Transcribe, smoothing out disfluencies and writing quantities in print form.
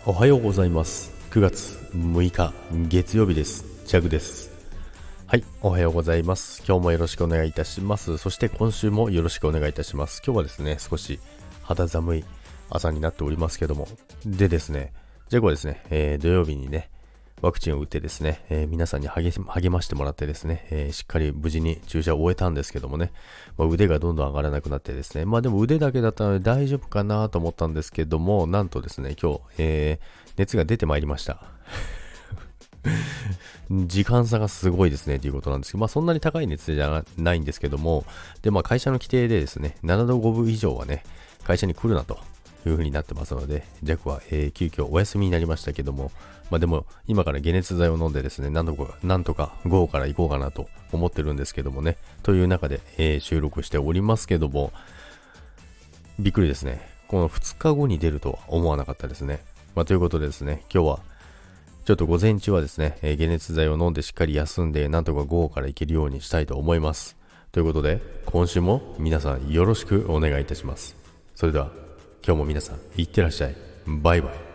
おはようございます。9月6日月曜日です。ジャグです。はい、おはようございます。今日もよろしくお願いいたします。そして今週もよろしくお願いいたします。今日はですね、少し肌寒い朝になっておりますけども、でですね、ジャグはですね、土曜日にね、ワクチンを打ってですね、皆さんに励ましてもらってですね、しっかり無事に注射を終えたんですけどもね、腕がどんどん上がらなくなってですね、でも腕だけだったので大丈夫かなと思ったんですけども、なんとですね、今日、熱が出てまいりました。時間差がすごいですねということなんですけど、そんなに高い熱じゃないんですけども、で、会社の規定でですね、7度5分以上はね、会社に来るなという風になってますので、弱は、急遽お休みになりましたけども、でも今から解熱剤を飲んでですね、なんとか午後から行こうかなと思ってるんですけどもね、という中で、収録しておりますけども、びっくりですね。この2日後に出るとは思わなかったですね。ということでですね、今日はちょっと午前中はですね、解熱剤を飲んでしっかり休んで、なんとか午後から行けるようにしたいと思います。ということで、今週も皆さんよろしくお願いいたします。それでは、今日も皆さん、いってらっしゃい。バイバイ。